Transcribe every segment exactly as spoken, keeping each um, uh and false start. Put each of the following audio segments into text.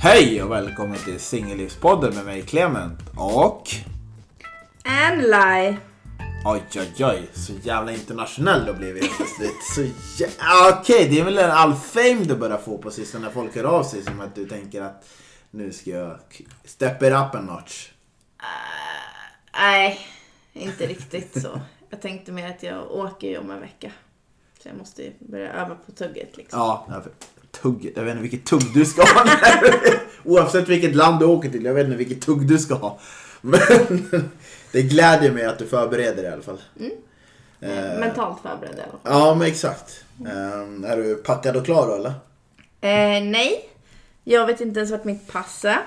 Hej och välkommen till Singellivspodden med mig Clement och Anlai. Oj oj oj, så jävla internationell då blev vi plötsligt. Så jä... Okej, okay, det är väl en all fame du börjar få på sistone när folk hör av sig, som att du tänker att nu ska jag step it up en notch. Uh, nej, inte riktigt så. Jag tänkte mer att jag åker ju om en vecka. Så jag måste ju börja öva på tugget liksom. Ja, tugget. Jag vet inte vilket tugg du ska ha. Oavsett vilket land du åker till, jag vet inte vilket tugg du ska ha. Men det glädjer mig att du förbereder i alla fall. Mm. Eh, Mentalt förberedd i alla fall. Ja, men exakt. Mm. Eh, är du packad och klar då, eller? Eh, nej. Jag vet inte ens vart mitt pass är.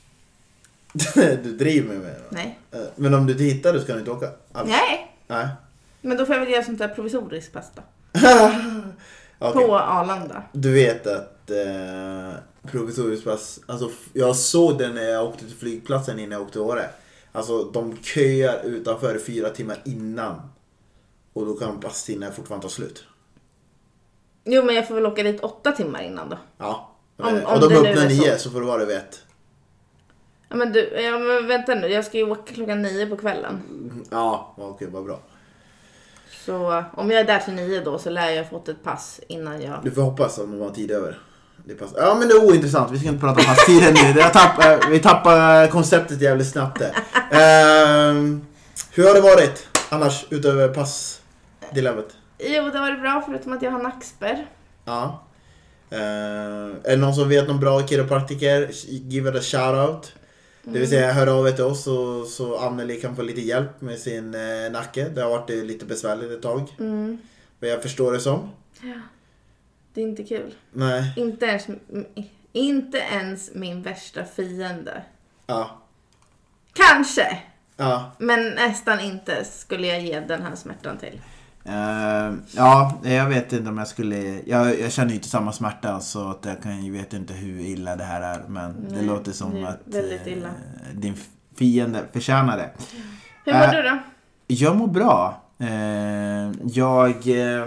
Du driver med mig. Nej. Eh, men om du inte hittar, du ska inte åka alls. Nej. Nej. Men då får jag väl göra sånt där provisoriskt pass då. Okay. På Arlanda. Du vet att eh, provisoriskt pass, alltså jag såg den när jag åkte till flygplatsen innan jag åkte till Åre. Alltså de köar utanför fyra timmar innan. Och då kan passtiden fortfarande ta slut. Jo, men jag får väl åka dit åtta timmar innan då. Ja. Om, om och de öppnar nio så. så får du vara det vet. Ja men du, ja, men vänta nu. Jag ska ju åka klockan nio på kvällen. Ja, okej, vad bra. Så om jag är där till nio då så lär jag fått ett pass innan jag... Du får hoppas om de har tid över. Det pass. Ja, men det är ointressant. Vi ska inte prata om passtiden nu. Jag tappar, vi tappar konceptet jävligt snabbt där. Uh, hur har det varit annars utöver passdilemmat? Jo, det var bra förutom att jag har nackspärr. Ja. Uh, är det någon som vet någon bra kiropraktiker? Give it a shout out. Det vill säga, hör av er till oss så, så Anneli kan få lite hjälp med sin eh, nacke. Det har varit lite besvärligt ett tag. Mm. Men jag förstår det som. Ja. Det är inte kul. Nej. Inte ens, inte ens min värsta fiende. Ja. Kanske. Ja. Men nästan inte skulle jag ge den här smärtan till. Uh, ja, jag vet inte om jag skulle... Jag, jag känner ju inte samma smärta så att jag kan, jag vet inte hur illa det här är. Men Nej, det låter som det att väldigt illa. Uh, din fiende förtjänar det. Hur mår uh, du då? Jag mår bra. Uh, jag... Uh,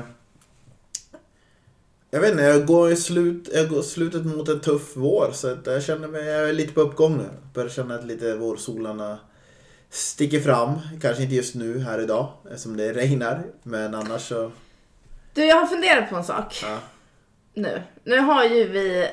jag vet inte, jag går i slut, jag går slutet mot en tuff vår. Så att jag känner mig jag är lite på uppgång nu. Börjar känna att lite vårsolarna sticker fram. Kanske inte just nu här idag eftersom det regnar. Men annars så... Du, jag har funderat på en sak. Ja. Nu. Nu har ju vi...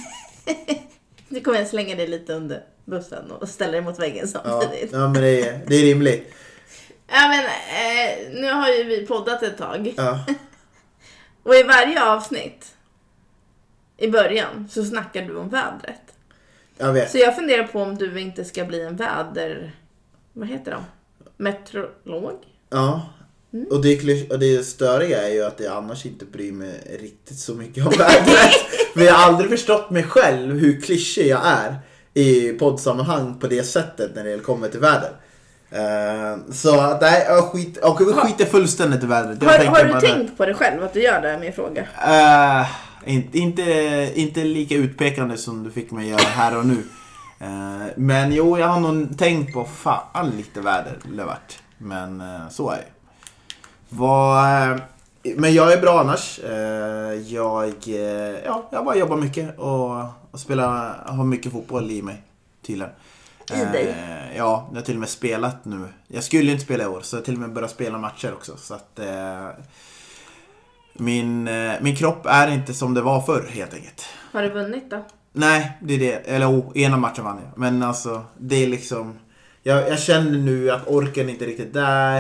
Nu kommer jag slänga dig lite under bussen och ställa dig mot väggen samtidigt. Ja, ja men det är, det är rimligt. Ja, men eh, nu har ju vi poddat ett tag. Ja. Och i varje avsnitt i början så snackar du om vädret. Jag vet. Så jag funderar på om du inte ska bli en väder... Vad heter de? Meteorolog? Ja. Mm. Och, det, och det störiga är ju att jag annars inte bryr mig riktigt så mycket om vädret. Men jag har aldrig förstått mig själv hur klyschig jag är i poddsammanhang på det sättet när det kommer till väder. Uh, så nej, jag skit, och vi skiter fullständigt i vädret. Jag har har du bara, tänkt på det själv att du gör det, är min fråga? Uh, inte, inte, inte lika utpekande som du fick mig göra här och nu. Uh, men jo, jag har nog tänkt på fan lite väder varit. Men uh, så är det. Vad, uh, men jag är bra annars. Uh, jag, uh, ja, jag bara jobbar mycket och, och spelar, har mycket fotboll i mig tydligen. I dig? Uh, ja, jag har till och med spelat nu. Jag skulle inte spela i år så jag har till och med börjat spela matcher också. Så att uh, min, uh, min kropp är inte som det var förr helt enkelt. Har du vunnit då? Nej, det är det. Eller oh, ena matchen vann jag. Men alltså, det är liksom... Jag, jag känner nu att orken inte riktigt där.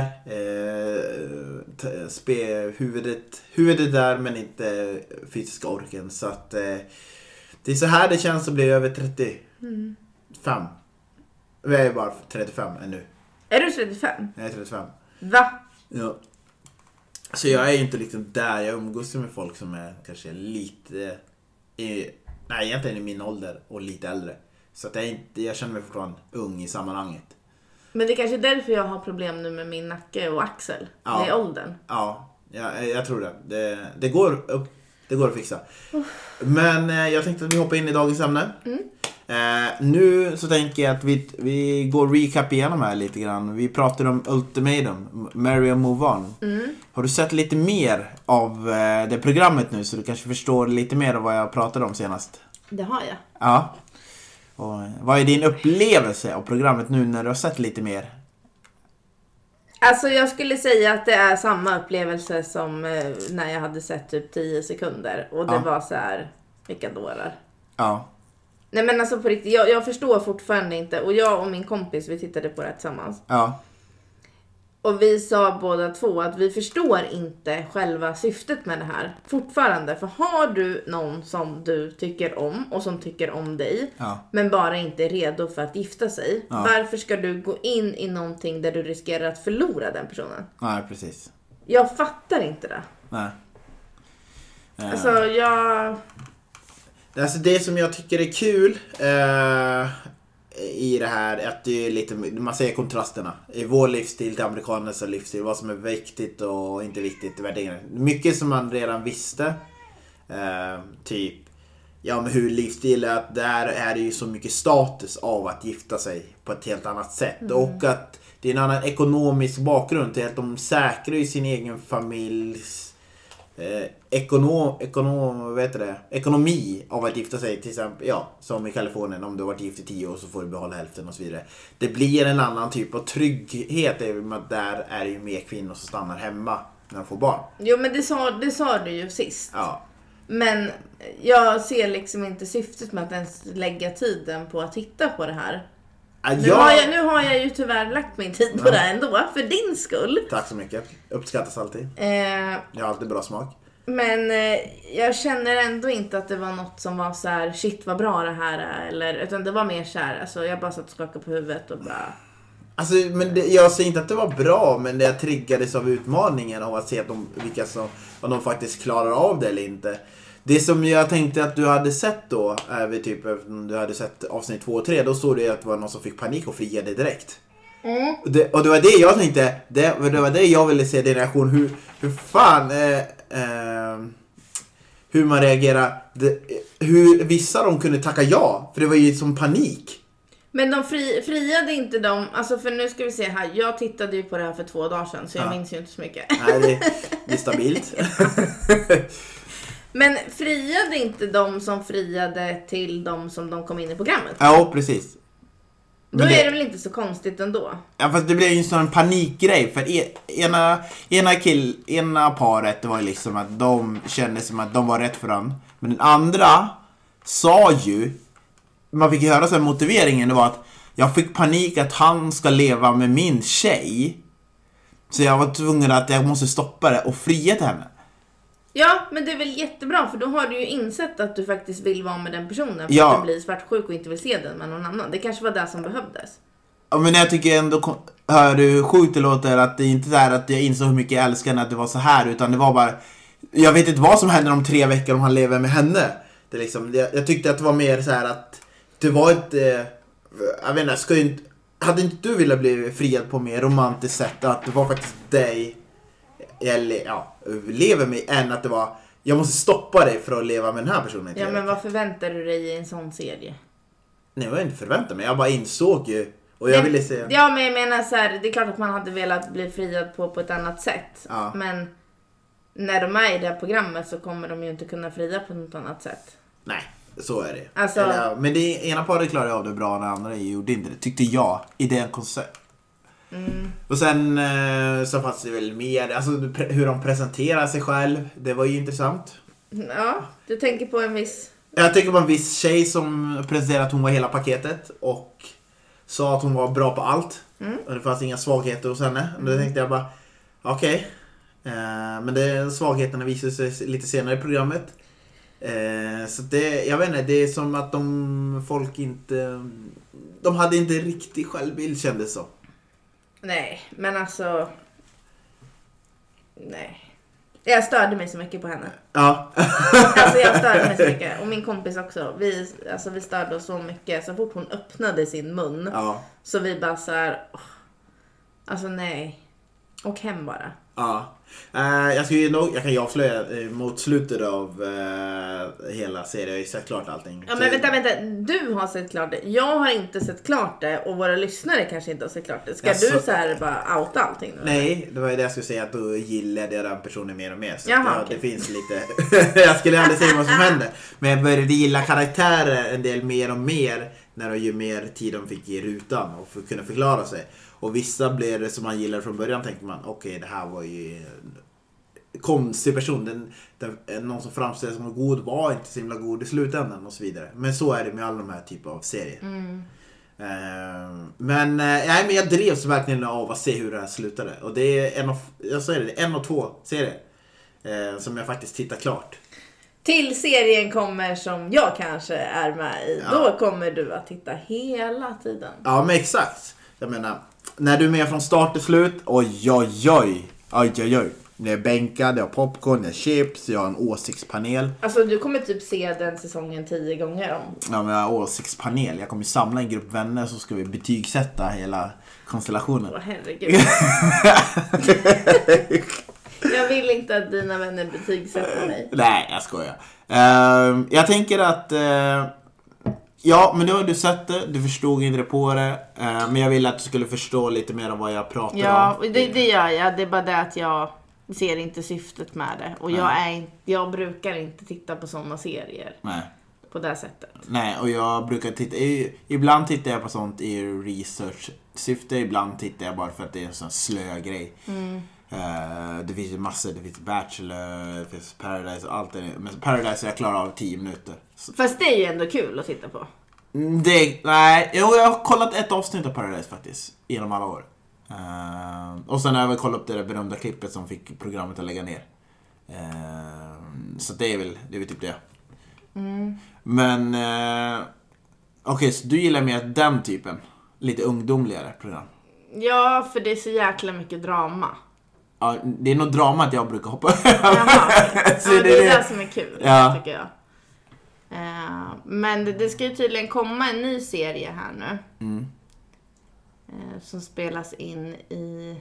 Eh, t- spe, huvudet, huvudet där men inte fysiska orken. Så att eh, det är så här det känns att bli över trettiofem. Mm. Jag är bara trettiofem ännu. Är du trettiofem? Jag är trettiofem. Va? Ja. Så jag är inte liksom där. Jag umgås med folk som är kanske lite... I, nej, egentligen i min ålder och lite äldre. Så att jag, inte, jag känner mig fortfarande ung i sammanhanget. Men det är kanske därför jag har problem nu med min nacke och axel. Ja. Det är åldern. Ja, jag, jag tror det. det. Det går upp, det går att fixa. Uh. Men eh, jag tänkte att vi hoppar in i dagens ämne. Mm. Eh, nu så tänker jag att vi, vi går recap igenom här lite grann. Vi pratar om Ultimatum, Marry or Move On. Mm. Har du sett lite mer av eh, det programmet nu så du kanske förstår lite mer av vad jag pratade om senast? Det har jag. Ja. Och vad är din upplevelse av programmet nu när du har sett lite mer? Alltså jag skulle säga att det är samma upplevelse som eh, när jag hade sett typ tio sekunder. Och det Ja. var så här, vilka dårar. Ja. Nej men alltså på riktigt, jag, jag förstår fortfarande inte. Och jag och min kompis, vi tittade på det tillsammans. Ja. Och vi sa båda två att vi förstår inte själva syftet med det här. Fortfarande, för har du någon som du tycker om och som tycker om dig. Ja. Men bara inte är redo för att gifta sig. Ja. Varför ska du gå in i någonting där du riskerar att förlora den personen? Nej, precis. Jag fattar inte det. Nej. Eh. Alltså jag... Alltså det som jag tycker är kul eh, i det här är att det är lite, man ser kontrasterna i vår livsstil till amerikanernas livsstil, vad som är viktigt och inte viktigt, värderingar. Mycket som man redan visste, eh, typ ja, men hur livsstil är, att där är det ju så mycket status av att gifta sig på ett helt annat sätt. Mm. Och att det är en annan ekonomisk bakgrund till att de säkrar ju sin egen familjs Eh, ekonom, ekonom, vet det, ekonomi av att gifta sig, till exempel, ja, som i Kalifornien, om du har varit gift i tio år så får du behålla hälften och så vidare. Det blir en annan typ av trygghet, även att där är det ju mer kvinnor som stannar hemma när de får barn. Jo men det sa, det sa du ju sist. Ja. Men jag ser liksom inte syftet med att ens lägga tiden på att titta på det här. Ja. Nu, har jag, nu har jag ju tyvärr lagt min tid på Ja. det här ändå, för din skull. Tack så mycket, uppskattas alltid. Eh, Jag har alltid bra smak. men eh, jag känner ändå inte att det var något som var så här: shit vad bra det här är. Eller, utan det var mer så här, alltså jag bara satt och skakade på huvudet och bara... Alltså, men det, jag säger inte att det var bra, men det triggades av utmaningen av att se att de, vilka som, om de faktiskt klarar av det eller inte. Det som jag tänkte att du hade sett då, är vi typ, du hade sett avsnitt två och tre, då såg du att det var någon som fick panik och friade direkt. Mm. Och, det, och det var det jag tänkte, det, det var det jag ville se, din reaktion, hur, hur fan, eh, eh, hur man reagerar, det, hur vissa de kunde tacka ja, för det var ju som panik. Men de fri, friade inte dem, alltså för nu ska vi se här, jag tittade ju på det här för två dagar sedan, så jag Ja. minns ju inte så mycket. Nej, det, det är stabilt. Men friade inte de som friade till de som de kom in i programmet? Ja, precis. Då Men det, är det väl inte så konstigt ändå? ja, fast det blev ju en sån panikgrej. För e- ena, ena, kill, ena paret, det var ju liksom att de kände som att de var rätt för den. Men den andra sa ju, man fick ju höra så här motiveringen, det var att jag fick panik att han ska leva med min tjej. Så jag var tvungen att jag måste stoppa det och fria till henne. Ja, men det är väl jättebra, för då har du ju insett att du faktiskt vill vara med den personen. För Ja. att du blir svartsjuk och inte vill se den med någon annan. Det kanske var det som behövdes. Ja, men jag tycker ändå, hör du hur sjukt det låter, att det är inte så här att jag insåg hur mycket jag älskar henne, att det var så här, utan det var bara, jag vet inte vad som händer om tre veckor om han lever med henne. Det är liksom, jag, jag tyckte att det var mer så här att det var inte, jag vet inte, ska inte, hade inte du velat bli friad på mer romantiskt sätt, att det var faktiskt dig eller ja, lever med, än att det var, jag måste stoppa dig för att leva med den här personen. Ja, men vad förväntar du dig i en sån serie? Nej, jag var inte förväntat mig, jag bara insåg ju. Och jag men, ville se. Ja, men jag menar så här, det är klart att man hade velat bli friad på på ett annat sätt. Ja. Men när de är i det här programmet så kommer de ju inte kunna fria på något annat sätt. Nej, så är det. Alltså- Eller, men det ena paret klarade av det bra, den andra gjorde inte det, tyckte jag, i den koncept. Mm. Och sen eh, så fanns det väl mer, alltså pre- hur de presenterar sig själv, det var ju intressant. Ja, du tänker på en viss... Jag tänker på en viss tjej som presenterade att hon var hela paketet och sa att hon var bra på allt. Mm. Och det fanns inga svagheter hos henne. Och då tänkte jag bara, okej. Okay. Eh, men det, svagheterna visade sig lite senare i programmet. Eh, så det, jag vet inte, det är som att de folk inte, de hade inte riktigt självbild, kändes så. Nej, men alltså... Nej. Jag störde mig så mycket på henne. Ja. Alltså jag störde mig så mycket. Och min kompis också. Vi, alltså vi störde oss så mycket. Så fort hon öppnade sin mun. Ja. Så vi bara så här... åh, alltså nej. Och hem bara. Ja. Uh, jag, ska ju nog, jag kan ju avslöja uh, mot slutet av uh, hela serien. Jag har ju sett klart allting. Ja, men vänta, vänta. Du har sett klart det. Jag har inte sett klart det. Och våra lyssnare kanske inte har sett klart det. Ska Alltså- du så här bara outa allting nu? Nej, det var ju det jag skulle säga, att då gillade jag den personen mer och mer. Så Jaha, att, ja, okej. det finns lite... jag skulle aldrig säga vad som hände. Men jag började gilla karaktärer en del mer och mer när de ju mer tid de fick ge rutan och för, kunna förklara sig. Och vissa blev det som man gillade från början, tänkte man, okej okay, det här var ju en konstig person. Den, den, någon som framställdes som god var inte så himla god i slutändan och så vidare. Men så är det med alla de här typer av serier. Mm. Uh, men, uh, nej, men jag drevs verkligen av att se hur det här slutade. Och det är en av, jag säger det, en av två serier uh, som jag faktiskt tittar klart. Till serien kommer som jag kanske är med i. Ja. Då kommer du att titta hela tiden. Ja, men exakt. Jag menar, när du är med från start till slut, oj, oj, oj, oj, oj, oj. Jag är bänkad, jag har popcorn, jag har chips, jag har en åsiktspanel. Alltså du kommer typ se den säsongen tio gånger om. Ja, men jag har åsiktspanel. Jag kommer samla en grupp vänner så ska vi betygsätta hela konstellationen. Åh, herregud. Jag vill inte att dina vänner betygsätter mig. Nej, jag skojar. Uh, jag tänker att... Uh, ja, men nu har du sett det. Du förstod inte det på det. Uh, men jag ville att du skulle förstå lite mer om vad jag pratar ja, om. Ja, det, det gör jag. Det är bara det att jag ser inte syftet med det. Och jag, är, jag brukar inte titta på sådana serier. Nej. På det sättet. Nej, och jag brukar titta... Ibland tittar jag på sånt i research-syfte. Ibland tittar jag bara för att det är en sån slö grej. Mm. Uh, det finns ju massor, det finns Bachelor, det finns Paradise och allt det. Men Paradise är jag klarar av tio minuter. Så. Fast det är ju ändå kul att titta på. Det, nej, jag har kollat ett avsnitt av Paradise faktiskt genom alla år. Uh, och sen har jag väl kollat upp det där berömda klippet som fick programmet att lägga ner. Uh, så det är väl, det är väl typ det. Mm. Men uh, okej, okay, så du gillar mer den typen, lite ungdomligare program? Ja, för det är så jäkla mycket drama. Ja, det är nog drama att jag brukar hoppa. Jaha, okay. Ja, det är det som är kul, ja. Tycker jag. Uh, men det, det ska ju tydligen komma en ny serie här nu. Mm. Uh, som spelas in i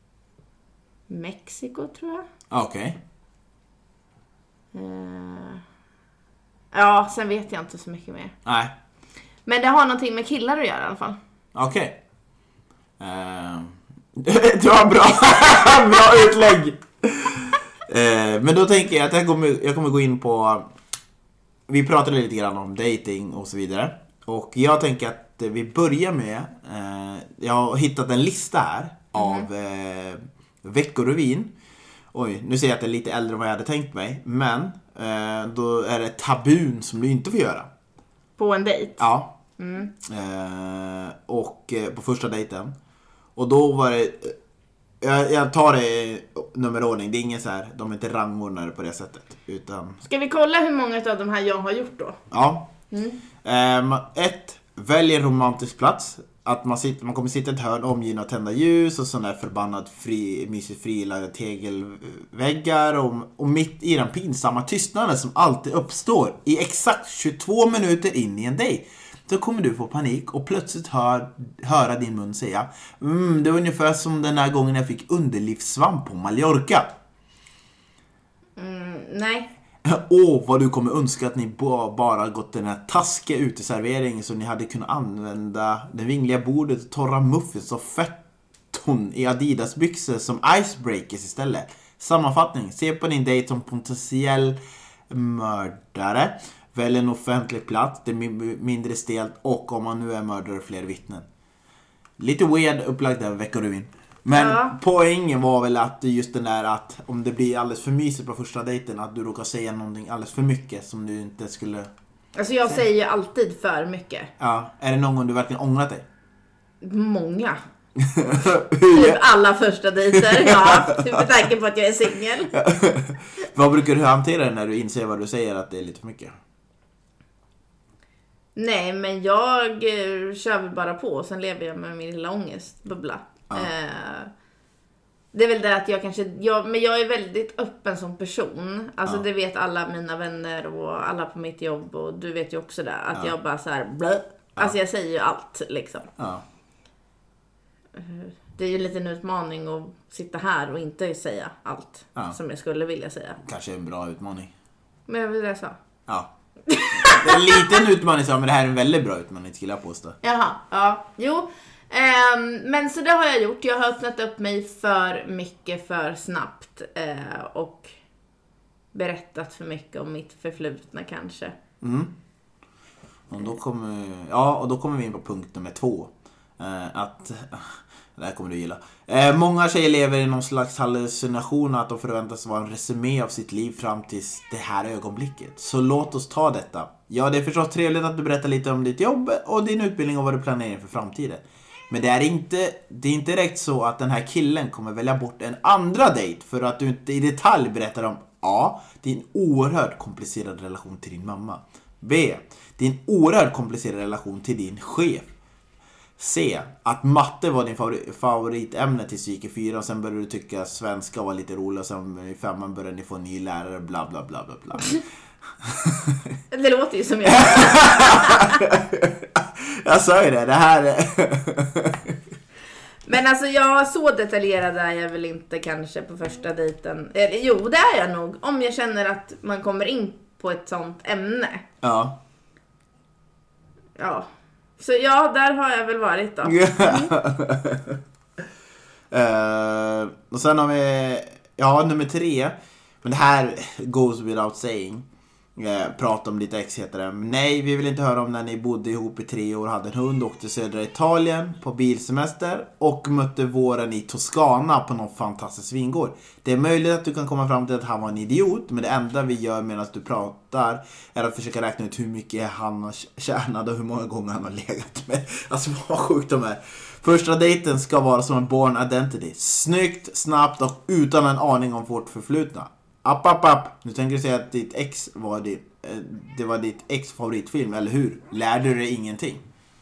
Mexiko, tror jag. Okej. Okay. Uh, ja, sen vet jag inte så mycket mer. Nej. Men det har någonting med killar att göra i alla fall. Okej. Okay. Uh... Du har bra, bra utlägg. eh, men då tänker jag att jag kommer, jag kommer gå in på... Vi pratade lite grann om dating och så vidare. Och jag tänker att vi börjar med... Eh, jag har hittat en lista här mm. av eh, Veckorevyn. Oj, nu ser jag att det är lite äldre än vad jag hade tänkt mig. Men eh, då är det tabun som du inte får göra. På en dejt? Ja. Mm. Eh, och eh, på första dejten. Och då var det, jag, jag tar det i nummerordning, det är ingen så här, de är inte rangordnade på det sättet. Utan... Ska vi kolla hur många av de här jag har gjort då? Ja. Mm. Um, ett, välj en romantisk plats. Att man, sitter, man kommer sitta i ett hörn omgiven av tända ljus och sån där förbannad fri, mysigt frilagda tegelväggar. Och, och mitt i den pinsamma tystnaden som alltid uppstår i exakt tjugotvå minuter in i en dejt. Då kommer du få panik och plötsligt hör, höra din mun säga mm, det var ungefär som den här gången jag fick underlivssvamp på Mallorca. Mm, nej. Åh, vad du kommer önska att ni bara gått den här taskiga uteserveringen så ni hade kunnat använda det vingliga bordet, torra muffins och fetton i Adidas-byxor som icebreakers istället. Sammanfattning, se på din dejt som potentiell mördare. Välj en offentlig plats, det är mindre stelt och om man nu är mördare fler vittnen. Lite weird upplagt där Veckorevyn. Men ja. Poängen var väl att just den där att om det blir alldeles för mysigt på första dejten att du råkar säga någonting alldeles för mycket som du inte skulle... Alltså jag säger ju alltid för mycket. Ja, är det någon gång du verkligen ångrat dig? Många. Typ alla första dejter jag har haft, typ med tanke på att jag är singel. Vad brukar du hantera när du inser vad du säger att det är lite för mycket? Nej, men jag eh, kör väl bara på och sen lever jag med min lilla ångestbubbla. Ja. Eh, det är väl det att jag kanske, jag, men jag är väldigt öppen som person. Alltså ja. Det vet alla mina vänner och alla på mitt jobb och du vet ju också det. Att ja. jag bara så här, blö. Alltså ja. jag säger ju allt liksom. Ja. Det är ju lite en utmaning att sitta här och inte säga allt ja. som jag skulle vilja säga. Kanske en bra utmaning. Men jag vill det så. Ja. Det är en liten utmaning, men det här är en väldigt bra utmaning skulle jag påstå. Jaha, ja, jo. Um, men så det har jag gjort. Jag har öppnat upp mig för mycket för snabbt uh, och berättat för mycket om mitt förflutna kanske. Mm. Och då kommer, ja, och då kommer vi in på punkt nummer två. Eh, att, det här kommer du gilla. Eh, många tjejer lever i någon slags hallucination att de förväntas vara en resumé av sitt liv fram till det här ögonblicket. Så låt oss ta detta. Ja, det är förstås trevligt att du berättar lite om ditt jobb och din utbildning och vad du planerar för framtiden. Men det är inte, det är inte direkt så att den här killen kommer välja bort en andra dejt för att du inte i detalj berättar om A. Din oerhört komplicerad relation till din mamma. B. Din oerhört komplicerad relation till din chef. C. Att matte var din favorit, favoritämne till psyke fyra och sen började du tycka att svenska var lite roligt och sen i femman började ni få en ny lärare bla bla bla bla bla. Det låter ju som jag. Jag sa ju det, det här är... Men alltså jag så detaljerad är jag väl inte kanske på första dejten. Eller, jo, det är jag nog. Om jag känner att man kommer in på ett sånt ämne. Ja. Ja. Så ja, där har jag väl varit då. Mm. uh, och sen har vi, ja, nummer tre. Men det här goes without saying. Uh, prata om ditt ex heter det. Nej, vi vill inte höra om när ni bodde ihop i tre år, hade en hund, åkte till södra Italien på bilsemester och mötte våren i Toscana på någon fantastisk vingård. Det är möjligt att du kan komma fram till att han var en idiot, men det enda vi gör medan du pratar är att försöka räkna ut hur mycket han har tjänat och hur många gånger han har legat med. Alltså vad sjukt de är. Första dejten ska vara som en born identity. Snyggt, snabbt och utan en aning om vårt förflutna. App, app, app. Nu tänker du säga att ditt ex var ditt, eh, det var ditt ex favoritfilm, eller hur? Lärde du dig ingenting?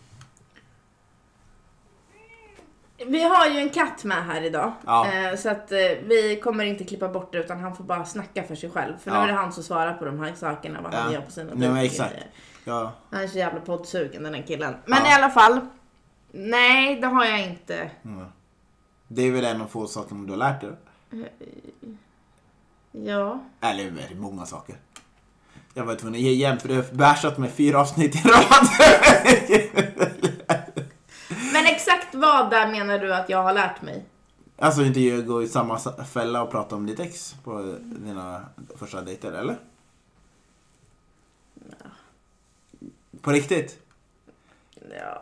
Vi har ju en katt med här idag. Ja. Eh, så att eh, vi kommer inte klippa bort det utan han får bara snacka för sig själv. För ja. Nu är det han som svarar på de här sakerna, vad ja. han gör på sina Nej, men exakt. Ja. Han är så jävla poddsugen den här killen. Men ja. i alla fall, nej det har jag inte. Mm. Det är väl en av få saker du har lärt dig? Ja. Eller är det många saker? Jag var tvungen att ge igen för det har bärsat med fyra avsnitt i rad. Men exakt vad där menar du att jag har lärt mig? Alltså inte gå i samma fälla och prata om ditt ex på dina första dejter, eller? Ja. På riktigt? Ja.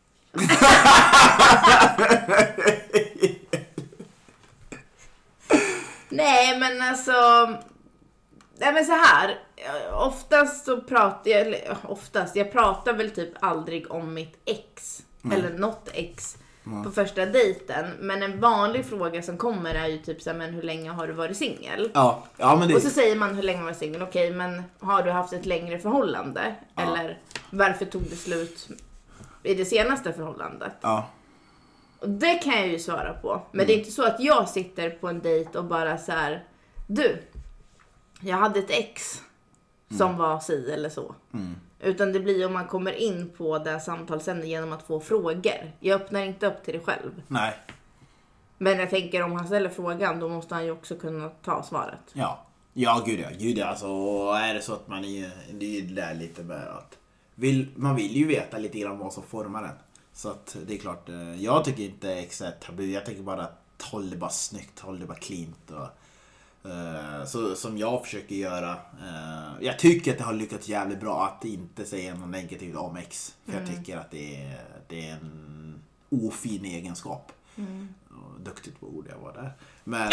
Nej, men alltså... Nej, men så här. Oftast så pratar jag... Eller, oftast, jag pratar väl typ aldrig om mitt ex. Mm. Eller något ex. Mm. På första dejten. Men en vanlig fråga som kommer är ju typ så här, men hur länge har du varit singel? Ja. Ja, men det... Och så säger man hur länge var du singel? Okej, men har du haft ett längre förhållande? Ja. Eller varför tog det slut i det senaste förhållandet? Ja. Och det kan jag ju svara på. Men mm. det är inte så att jag sitter på en dejt och bara så här: du, jag hade ett ex som mm. var si eller så. Mm. Utan det blir om man kommer in på det samtalsämnet genom att få frågor. Jag öppnar inte upp till det själv. Nej. Men jag tänker om han ställer frågan, då måste han ju också kunna ta svaret. Ja, ja gud ja. Gud ja. Alltså, är det så att man är, det är ju där lite med att vill, man vill ju veta lite grann vad som formar den. Så att det är klart, jag tycker inte exakt tabu. Jag tänker bara att håll det bara snyggt, håll det bara cleant och Uh, så, som jag försöker göra. uh, Jag tycker att det har lyckats jävligt bra att inte säga något negativt om ex. För mm. jag tycker att det är, det är en ofin egenskap. mm. uh, Duktigt på ord jag var där. Men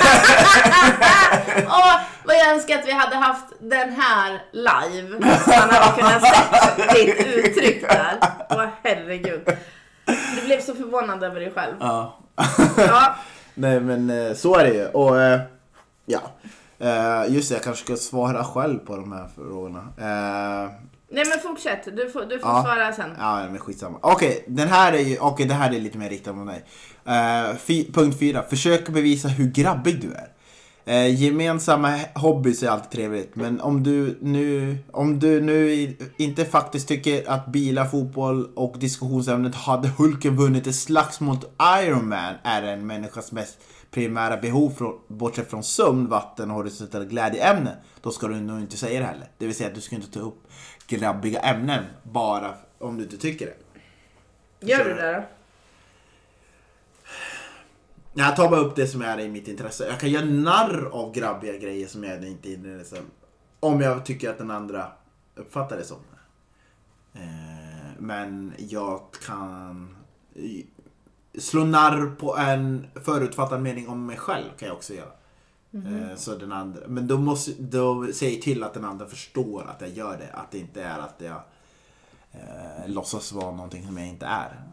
Åh, vad jag önskar att vi hade haft den här live. Så man hade kunnat se ditt uttryck där. Åh, herregud. Du blev så förvånad över dig själv. Ja. Ja. Nej, men så är det ju. Och uh, ja, uh, just det, jag kanske ska svara själv på de här frågorna. Uh, Nej, men fortsätt, du får, du får ja, svara sen. Ja, men skitsamma. Okej, okay, den här är ju, okej, okay, det här är lite mer riktat mot dig. Uh, fi, punkt fyra, försök bevisa hur grabbig du är. Uh, gemensamma hobbys är alltid trevligt, men om du nu om du nu inte faktiskt tycker att bilar, fotboll och diskussionsämnet hade Hulken vunnit ett slags mot Iron Man är en människas mest primära behov från, bortsett från sömn, vatten och horisontella glädjeämnen, då ska du nog inte säga det heller. Det vill säga att du ska inte ta upp grabbiga ämnen bara om du inte tycker det. Gör du det då? Jag tar bara upp det som är i mitt intresse. Jag kan göra narr av grabbiga grejer som jag inte är inne i. Om jag tycker att den andra uppfattar det som. Eh, men jag kan slå narr på en förutfattad mening om mig själv kan jag också göra. Mm-hmm. Eh, så den andra, men då måste då säger till att den andra förstår att jag gör det. Att det inte är att jag eh, låtsas vara någonting som jag inte är.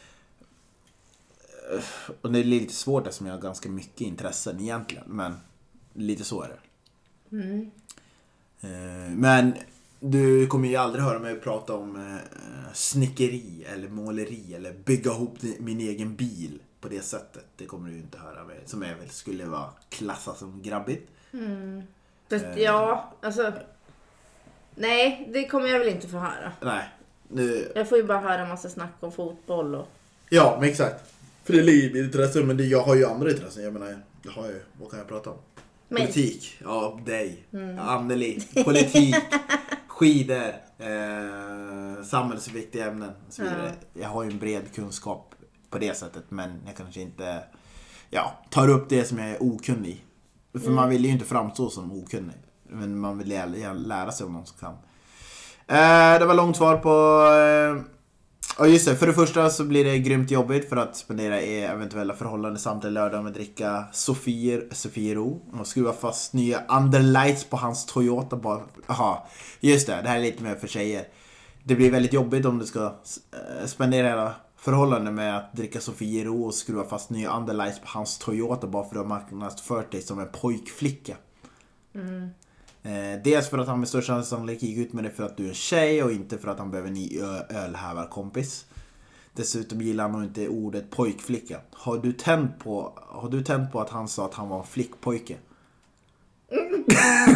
Och det är lite svårt eftersom jag har ganska mycket intressen egentligen. Men lite så är det. Mm. Men du kommer ju aldrig höra mig prata om snickeri eller måleri eller bygga ihop min egen bil på det sättet. Det kommer du ju inte höra mig. Som jag väl skulle vara klassad som grabbigt. Mm. Fast uh, ja, alltså... Nej, det kommer jag väl inte få höra. Nej. Nu... Jag får ju bara höra en massa snack om fotboll och... Ja, men exakt. För det ligger mitt intresse, men det, jag har ju andra intressen. Jag menar, jag har ju... Vad kan jag prata om? Mig. Politik. Ja, dig. Mm. Anneli. Politik. Skidor. Eh, samhällsviktiga ämnen. Och så vidare. Mm. Jag har ju en bred kunskap på det sättet, men jag kanske inte... Ja, tar upp det som jag är okunnig i. För mm. man vill ju inte framstå som okunnig. Men man vill lära sig om någon som kan. Eh, det var långt svar på... Eh, ja just det, för det första så blir det grymt jobbigt för att spendera i eventuella förhållanden samtidigt lördag med dricka Sofier, Sofiero och skruva fast nya underlights på hans Toyota. Bara, aha, just det, det här är lite mer för tjejer. Det blir väldigt jobbigt om du ska spendera hela förhållanden med att dricka Sofiero och skruva fast nya underlights på hans Toyota bara för att marknadsfört dig som en pojkflicka. Mm. Eh, dels för att han med största sannolikhet gick ut med det för att du är en tjej och inte för att han behöver en ny ölhävarkompis. Dessutom gillar han nog inte ordet pojkflicka. Har du tänt på, har du tänt på att han sa att han var en flickpojke? Mm.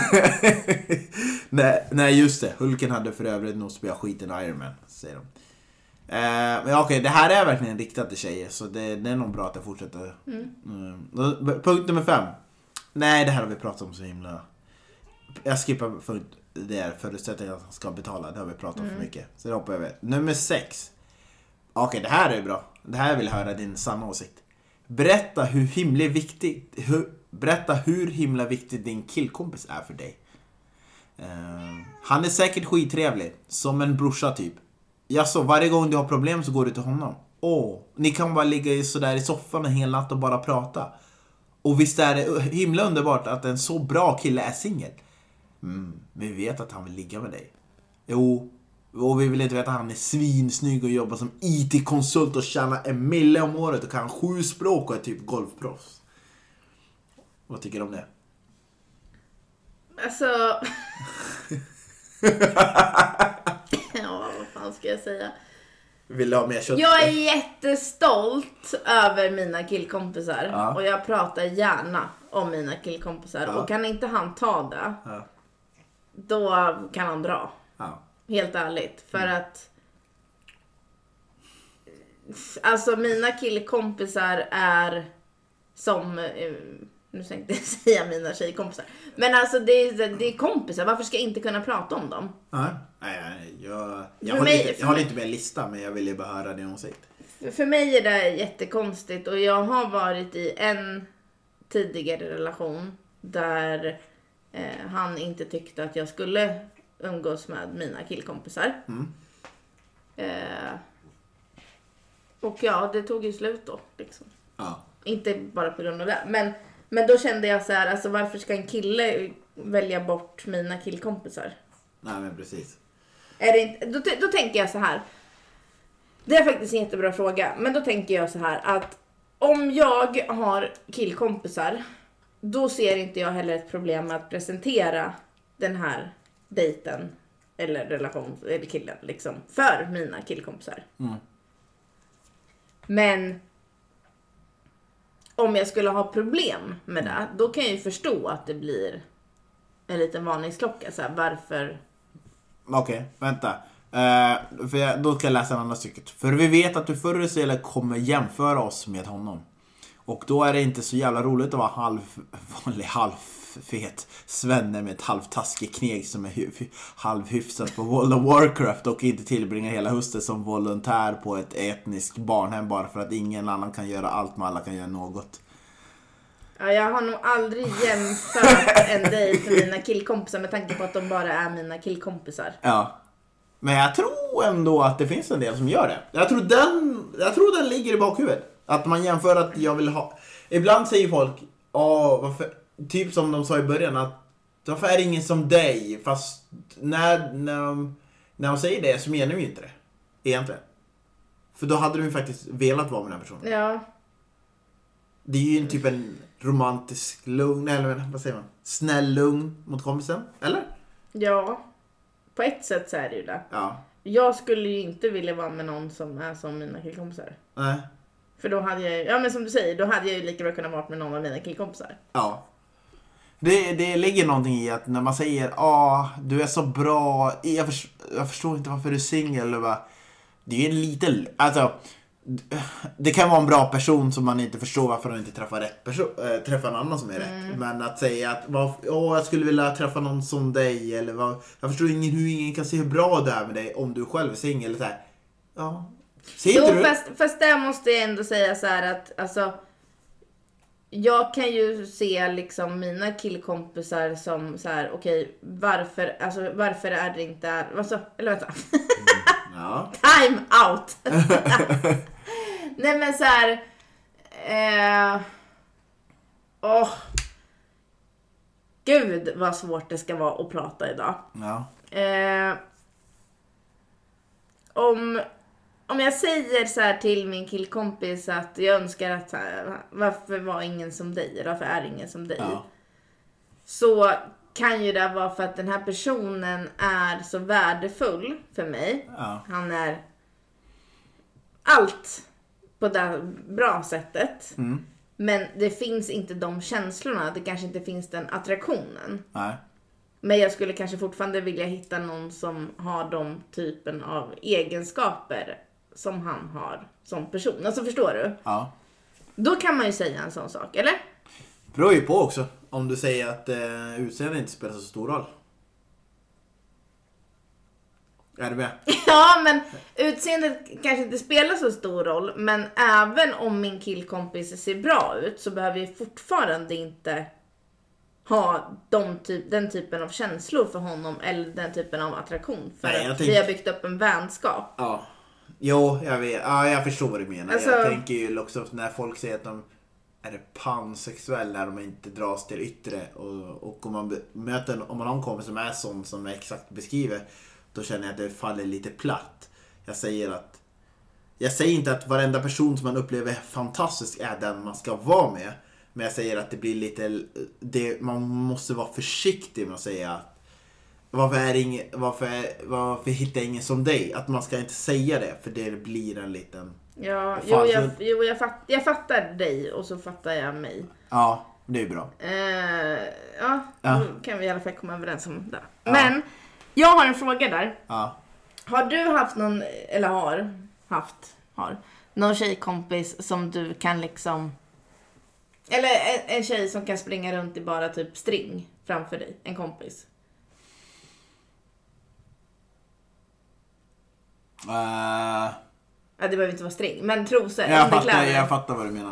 nej, nej just det, Hulken hade för övrigt nog spelat skiten i Iron Man, säger de. Eh, men okej, okay, det här är verkligen riktat till tjejer, så det, det är nog bra att jag fortsätter. Mm. Mm. Punkt nummer fem. Nej, det här har vi pratat om så himla... Jag skippar för det är förutsättningen att han ska betala. Det har vi pratat om mm. för mycket. Så det hoppar jag över. Nummer sex. Okej, okay, det här är bra. Det här vill jag höra din sanna åsikt. Berätta hur himla viktigt hur, Berätta hur himla viktigt din killkompis är för dig. Uh, han är säkert skittrevlig. Som en brorsa typ. Ja, så varje gång du har problem så går du till honom. Åh, oh, ni kan bara ligga sådär i soffan en hel natt och bara prata. Och visst är det himla underbart att en så bra kille är singel. Mm, vi vet att han vill ligga med dig. Jo, och vi vill inte veta att han är svinsnygg och jobbar som I T-konsult och tjänar en mille om året och kan sju språk och är typ golfproffs. Vad tycker du om det? Alltså... ja, vad fan ska jag säga? Vill du ha mer kött? Jag är jättestolt över mina killkompisar. Ja. Och jag pratar gärna om mina killkompisar. Ja. Och kan inte han ta det, ja. Då kan han dra. Ja. Helt ärligt. För mm. att... Alltså mina killkompisar är som... Nu tänkte jag säga mina tjejkompisar. Men alltså det är, det är kompisar. Varför ska jag inte kunna prata om dem? Nej, nej, jag, jag, har, mig, inte, jag har mig, inte med en lista, men jag vill ju bara höra din åsikt. För, för mig är det jättekonstigt. Och jag har varit i en tidigare relation där eh, han inte tyckte att jag skulle umgås med mina killkompisar. Mm. Eh, och ja, det tog ju slut då. Liksom. Ja. Inte bara på grund av det, men... Men då kände jag så här, alltså varför ska en kille välja bort mina killkompisar? Nej, men precis. Är det inte, då, då tänker jag så här. Det är faktiskt en jättebra fråga. Men då tänker jag så här att om jag har killkompisar, då ser inte jag heller ett problem med att presentera den här dejten eller relation eller killen liksom för mina killkompisar. Mm. Men om jag skulle ha problem med det, då kan jag ju förstå att det blir en liten varningsklocka. Så här, varför? Okej, okay, vänta. Uh, för jag, då ska jag läsa en annan stycket. För vi vet att du förr eller senare kommer jämföra oss med honom. Och då är det inte så jävla roligt att vara halv, vanlig halvfet svenne med ett halvtaskig kneg som är hu- halvhyfsat på World of Warcraft och inte tillbringar hela hösten som volontär på ett etniskt barnhem bara för att ingen annan kan göra allt men alla kan göra något. Ja, jag har nog aldrig jämfört en dejt med mina killkompisar med tanke på att de bara är mina killkompisar. Ja. Men jag tror ändå att det finns en del som gör det. Jag tror den, jag tror den ligger i bakhuvudet. Att man jämför att jag vill ha... Ibland säger folk, ja, varför... Typ som de sa i början, att varför är det ingen som dig? Fast när, när, de, när de säger det så menar de ju inte det. Egentligen. För då hade de ju faktiskt velat vara med den personen. Ja. Det är ju en typ en romantisk lugn, eller vad säger man? Snäll lugn mot kompisen, eller? Ja. På ett sätt så är det ju det. Ja. Jag skulle ju inte vilja vara med någon som är som mina killkompisar. Nej. För då hade jag, ja men som du säger, då hade jag ju lika bra kunnat vara med någon av mina killkompisar. Ja. Det, det ligger någonting i att när man säger, ah, du är så bra, jag, förs- jag förstår inte varför du är singel. Det är ju en liten, alltså, det kan vara en bra person som man inte förstår varför han inte träffar rätt person, äh, träffar en annan som är rätt. Mm. Men att säga att, åh, oh, jag skulle vilja träffa någon som dig, eller vad, jag förstår ingen, hur ingen kan se hur bra det är med dig om du själv är singel, eller så här. Ja. Ser jo, inte du? Fast, fast där måste jag ändå säga så här att, alltså, jag kan ju se liksom mina killkompisar som så här, okej, okay, varför, alltså, varför är det inte, alltså, eller vänta. Ja. Time out. Nej men så här, eh, åh, gud vad svårt det ska vara att prata idag. Ja. Eh, om Om jag säger så här till min killkompis att jag önskar att varför var ingen som dig? Varför är ingen som dig? Ja. Så kan ju det vara för att den här personen är så värdefull för mig. Ja. Han är allt på det bra sättet. Mm. Men det finns inte de känslorna. Det kanske inte finns den attraktionen. Nej. Men jag skulle kanske fortfarande vilja hitta någon som har de typen av egenskaper som han har som person. Alltså förstår du? Ja. Då kan man ju säga en sån sak, eller? Det beror ju på också. Om du säger att eh, utseende inte spelar så stor roll. Är du med? Ja, men utseendet kanske inte spelar så stor roll. Men även om min killkompis ser bra ut så behöver jag fortfarande inte ha de typ, den typen av känslor för honom eller den typen av attraktion. För Nej, att tänk... vi har byggt upp en vänskap. Ja. Jo, jag vet. Ja, jag förstår vad du menar. Alltså... Jag tänker ju också när folk säger att de är pansexuella, de inte dras till yttre. Och, och om man möter, om man har en kompis som är sån som jag exakt beskriver, då känner jag att det faller lite platt. Jag säger att jag säger inte att varenda person som man upplever fantastisk är den man ska vara med. Men jag säger att det blir lite det, man måste vara försiktig med att säga att varför, är ingen, varför, varför hittar ingen som dig? Att man ska inte säga det, för det blir en liten... Ja, jo, jag, jo jag, fatt, jag fattar dig och så fattar jag mig. Ja, det är bra. Uh, ja, ja, då kan vi i alla fall komma överens om det. Ja. Men jag har en fråga där. Ja. Har du haft någon, eller har haft, har någon tjejkompis som du kan liksom... Eller en, en tjej som kan springa runt i bara typ string framför dig, en kompis? Uh, ja, det behöver inte vara string, men trosor, jag fattar, jag fattar vad du menar.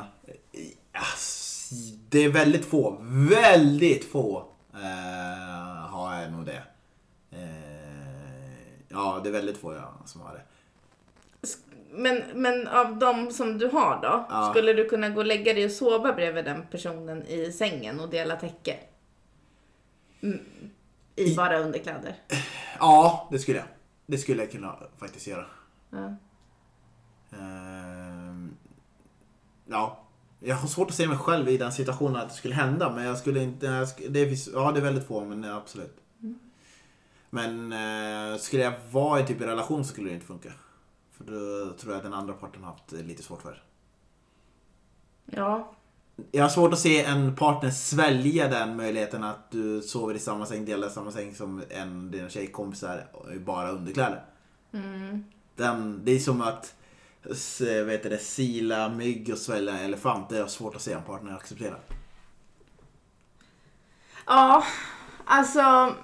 Det är väldigt få, väldigt få uh, har jag nog det. Uh, ja, det är väldigt få ja, som har det. Men, men av de som du har då, ja. Skulle du kunna gå och lägga dig och sova bredvid den personen i sängen och dela täcke? Mm, I, I bara underkläder? Ja, det skulle jag. Det skulle jag kunna faktiskt göra. Ja. Uh, ja. Jag har svårt att se mig själv i den situationen att det skulle hända. Men jag skulle inte... Jag skulle, det är, ja, det är väldigt få, men absolut. Mm. Men uh, skulle jag vara i typ en relation så skulle det inte funka. För då tror jag att den andra parten har haft lite svårt för det. Ja. Jag har svårt att se en partner svälja den möjligheten att du sover i samma säng, delar samma säng som en dina tjejkompisar i bara underkläder. Mm. Den, det är som att vet det, sila mygg och svälja elefant. Det är svårt att se en partner acceptera. Ja, alltså...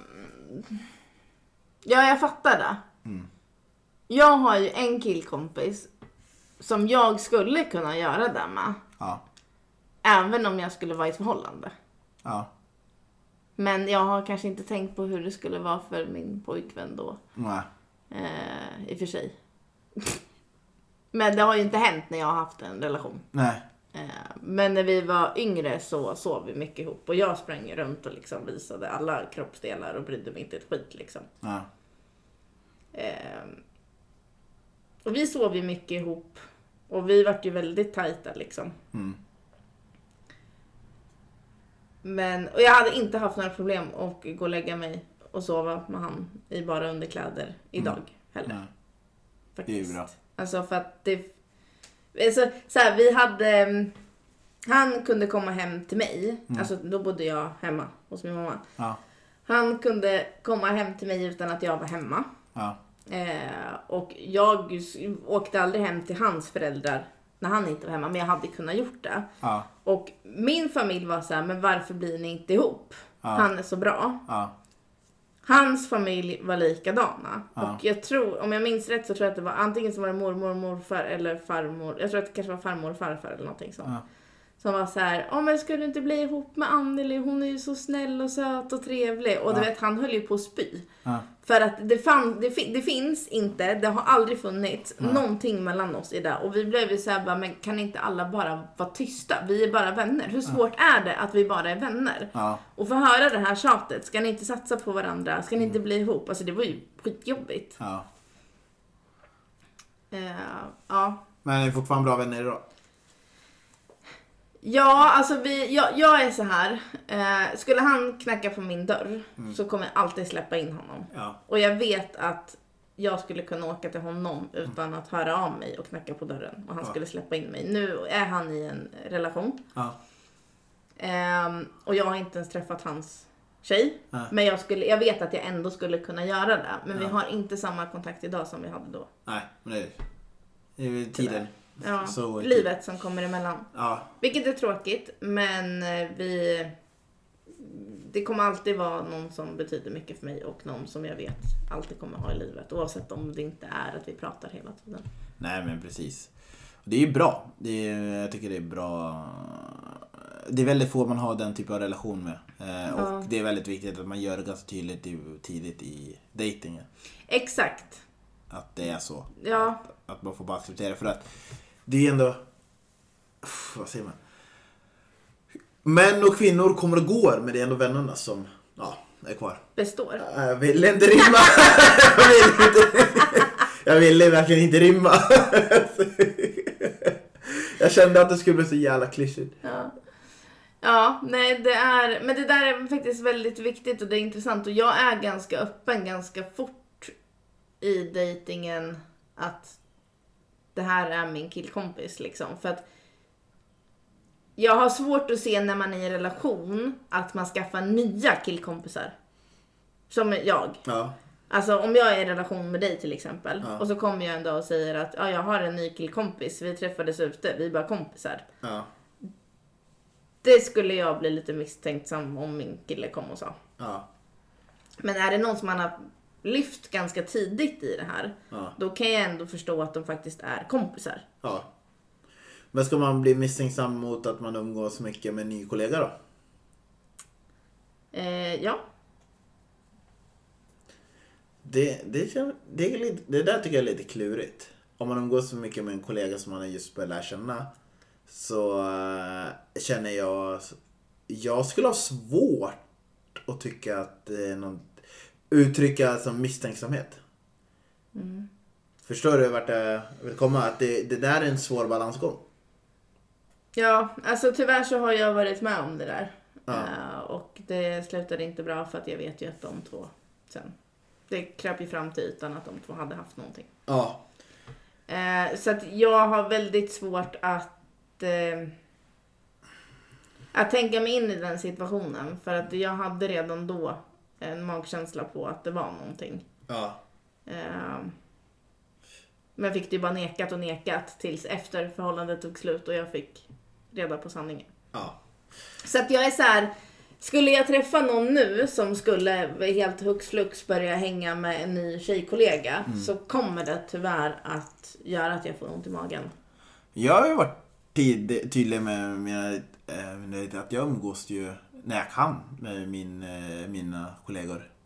Ja, jag fattar det. Mm. Jag har ju en killkompis som jag skulle kunna göra det med. Ja. Även om jag skulle vara i ett förhållande. Ja. Men jag har kanske inte tänkt på hur det skulle vara för min pojkvän då. Nej. Eh, I och för sig. Men det har ju inte hänt när jag har haft en relation. Nej. Eh, men när vi var yngre så sov vi mycket ihop. Och jag sprang runt och liksom visade alla kroppsdelar och brydde mig inte ett skit liksom. Ja. Eh, och vi sov ju mycket ihop. Och vi var ju väldigt tajta liksom. Mm. Men, och jag hade inte haft några problem att gå och lägga mig och sova med han i bara underkläder idag mm. heller. Nej. Faktiskt. Det är ju bra. Alltså för att det... Alltså, så här, vi hade... Han kunde komma hem till mig. Mm. Alltså då bodde jag hemma hos min mamma. Ja. Han kunde komma hem till mig utan att jag var hemma. Ja. Eh, och jag åkte aldrig hem till hans föräldrar när han inte var hemma. Men jag hade kunnat gjort det. Ja. Och min familj var så här, men varför blir ni inte ihop? Ja. Han är så bra. Ja. Hans familj var likadana. Ja. Och jag tror, om jag minns rätt så tror jag att det var antingen som var det mormor och morfar eller farmor. Jag tror att det kanske var farmor och farfar eller någonting sånt. Ja. Som var så här, åh men ska du inte bli ihop med Anneli? Hon är ju så snäll och söt och trevlig. Och ja. Du vet, han höll ju på att spy. Ja. För att det, fann, det, det finns inte, det har aldrig funnits ja. Någonting mellan oss i det. Och vi blev ju så här, bara, men kan inte alla bara vara tysta? Vi är bara vänner. Hur svårt ja. Är det att vi bara är vänner? Ja. Och få höra det här tjatet, ska ni inte satsa på varandra? Ska ni inte bli ihop? Alltså det var ju skitjobbigt. Ja. Uh, ja. Men är ni fortfarande bra vänner idag? Ja, alltså vi, jag, jag är så här. Eh, skulle han knacka på min dörr mm. så kommer jag alltid släppa in honom. Ja. Och jag vet att jag skulle kunna åka till honom utan mm. att höra av mig och knacka på dörren. Och han ja. Skulle släppa in mig. Nu är han i en relation. Ja. Eh, och jag har inte ens träffat hans tjej. Ja. Men jag, skulle, jag vet att jag ändå skulle kunna göra det. Men ja. Vi har inte samma kontakt idag som vi hade då. Nej, men det är, det är väl tiden. Ja, så livet som kommer emellan. Ja. Vilket är tråkigt, men vi det kommer alltid vara någon som betyder mycket för mig och någon som jag vet alltid kommer ha i livet, oavsett om det inte är att vi pratar hela tiden. Nej, men precis. Det är ju bra. Det är, jag tycker det är bra. Det är väldigt få man har den typen av relation med. Eh, och ja. Det är väldigt viktigt att man gör det ganska tydligt tidigt i dejtingen. Exakt. Att det är så. Ja. Att, att man får bara acceptera, för att det är ändå, vad säger man? Män och kvinnor kommer och går, men det är ändå vännerna som ja, är kvar. Består. Jag vill inte rimma. jag, vill inte, jag vill verkligen inte rimma. Jag kände att det skulle bli så jävla klyschigt. Ja. Ja, nej det är, men det där är faktiskt väldigt viktigt och det är intressant. Och jag är ganska öppen ganska fort i dejtingen att det här är min killkompis liksom. För att jag har svårt att se när man är i en relation att man skaffar nya killkompisar. Som jag. Ja. Alltså om jag är i en relation med dig till exempel. Ja. Och så kommer jag en dag och säger att ja, jag har en ny killkompis. Vi träffades ute, vi är bara kompisar. Ja. Det skulle jag bli lite misstänksam om min kille kom och sa. Ja. Men är det någon som man har lyft ganska tidigt i det här, ja. Då kan jag ändå förstå att de faktiskt är kompisar. Ja. Men ska man bli misstänksam mot att man umgås mycket med en ny kollega då? Eh, ja. Det, det, det, är lite, det där tycker jag är lite klurigt. Om man umgås så mycket med en kollega som man just börjar lära känna, så äh, känner jag jag skulle ha svårt att tycka att det är någon uttrycka som misstänksamhet. Mm. Förstår du vart jag vill komma? Att det, det där är en svår balansgång. Ja, alltså tyvärr så har jag varit med om det där. Ja. Uh, och det slutade inte bra för att jag vet ju att de två sen. Det kröp ju fram till ytan att de två hade haft någonting. Ja. Uh, så att jag har väldigt svårt att uh, att tänka mig in i den situationen. För att jag hade redan då en magkänsla på att det var någonting. Ja. Uh, men fick det ju bara nekat och nekat tills efter förhållandet tog slut och jag fick reda på sanningen. Ja. Så att jag är så här, skulle jag träffa någon nu som skulle helt hux flux börja hänga med en ny tjejkollega, mm. så kommer det tyvärr att göra att jag får ont i magen. Jag har ju varit tid, tydlig med mina, äh, att jag umgås ju när jag kan med min, äh, mina kollegor.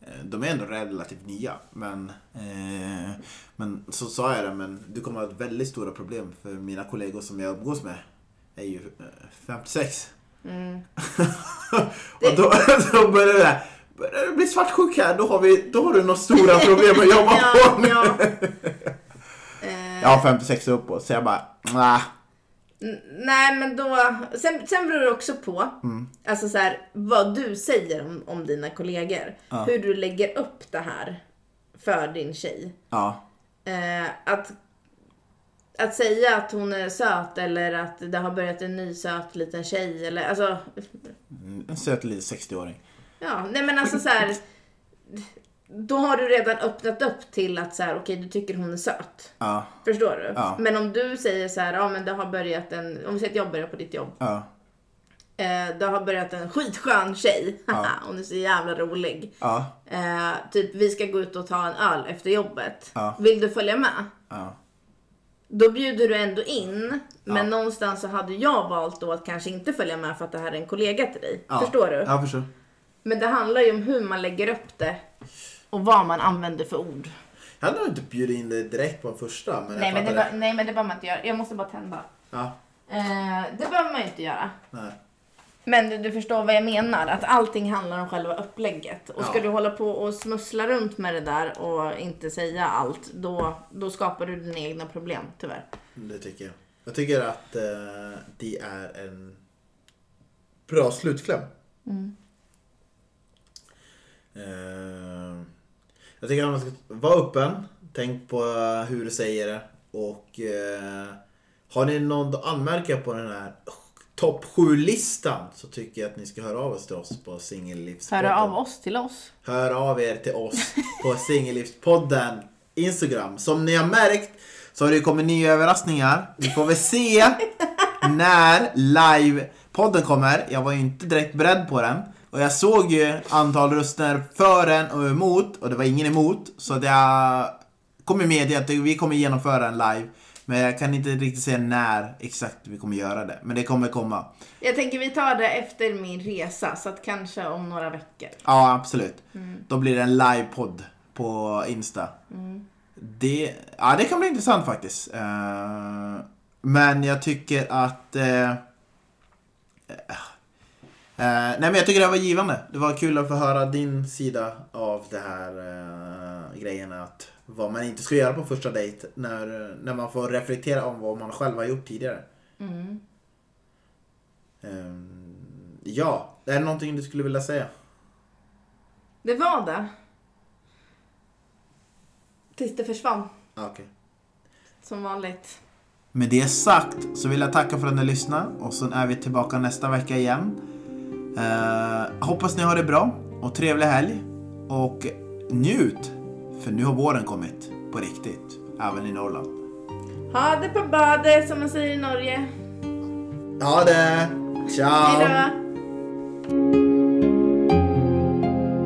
de är ändå relativt nya. Men, eh, men så sa jag det, men du kommer att ha väldigt stora problem för mina kollegor som jag umgås med är ju femtiosex. Mm. Och då, då börjar det, börjar det bli svartsjuk här, då har, vi, då har du några stora problem att jobba ja, på nu. Ja. Jag har femtiosex uppåt, så jag bara, nah. Nej, men då sen, sen beror det också på mm. alltså så här, vad du säger om, om dina kollegor. Ja. Hur du lägger upp det här för din tjej. Ja. Eh, att, att säga att hon är söt eller att det har börjat en ny söt liten tjej. Eller, alltså, en söt liten sextio-åring. Ja, nej men alltså så här. Då har du redan öppnat upp till att så här, okej, du tycker hon är söt. Ja. Förstår du? Ja. Men om du säger så här, ja men det har börjat en, om vi säger att jag börjar på ditt jobb. Ja. Eh, det har börjat en skitskön tjej. Ja. Hon är så jävla rolig. Ja. Eh, typ, vi ska gå ut och ta en öl efter jobbet. Ja. Vill du följa med? Ja. Då bjuder du ändå in. Men ja. Någonstans så hade jag valt då att kanske inte följa med för att det här är en kollega till dig. Ja. Förstår du? Ja, förstår. Men det handlar ju om hur man lägger upp det. Och vad man använder för ord. Jag hade nog inte bjudit in det direkt på den första. Men nej, men det var, nej, men det behöver man inte göra. Jag måste bara tända. Ja. Eh, det behöver man ju inte göra. Nej. Men du, du förstår vad jag menar. Att allting handlar om själva upplägget. Och ska ja. Du hålla på och smussla runt med det där och inte säga allt. Då, då skapar du dina egna problem, tyvärr. Det tycker jag. Jag tycker att eh, det är en bra slutkläm. Mm. Uh, jag tycker att man ska vara öppen. Tänk på hur du säger det. Och uh, har ni någon att anmärka på den här topp sju-listan, så tycker jag att ni ska höra av oss till oss på Singellivspodden. Höra av oss till oss. Hör av er till oss på Singellivspodden Instagram. Som ni har märkt så har det kommit nya överraskningar. Vi får väl se när live-podden kommer. Jag var ju inte direkt beredd på den. Och jag såg ju antal röster för den och emot. Och det var ingen emot. Så att jag kommer med att vi kommer genomföra en live. Men jag kan inte riktigt säga när exakt vi kommer göra det. Men det kommer komma. Jag tänker vi tar det efter min resa. Så att kanske om några veckor. Ja, absolut. Mm. Då blir det en live-podd på Insta. Mm. Det, ja, det kan bli intressant faktiskt. Uh, men jag tycker att... Uh, Uh, nej men jag tycker det var givande. Det var kul att få höra din sida av det här uh, grejen att vad man inte ska göra på första dejt när, när man får reflektera om vad man själv har gjort tidigare. Mm. Um, ja, är det någonting du skulle vilja säga? Det var det. Tills det försvann. Ah, okay. Som vanligt. Med det sagt så vill jag tacka för att ni lyssnar. Och sen är vi tillbaka nästa vecka igen. Uh, hoppas ni har det bra och trevlig helg och njut, för nu har våren kommit på riktigt, även i Norrland. Ha det på badet som man säger i Norge. Ha det, ciao. Hejdå.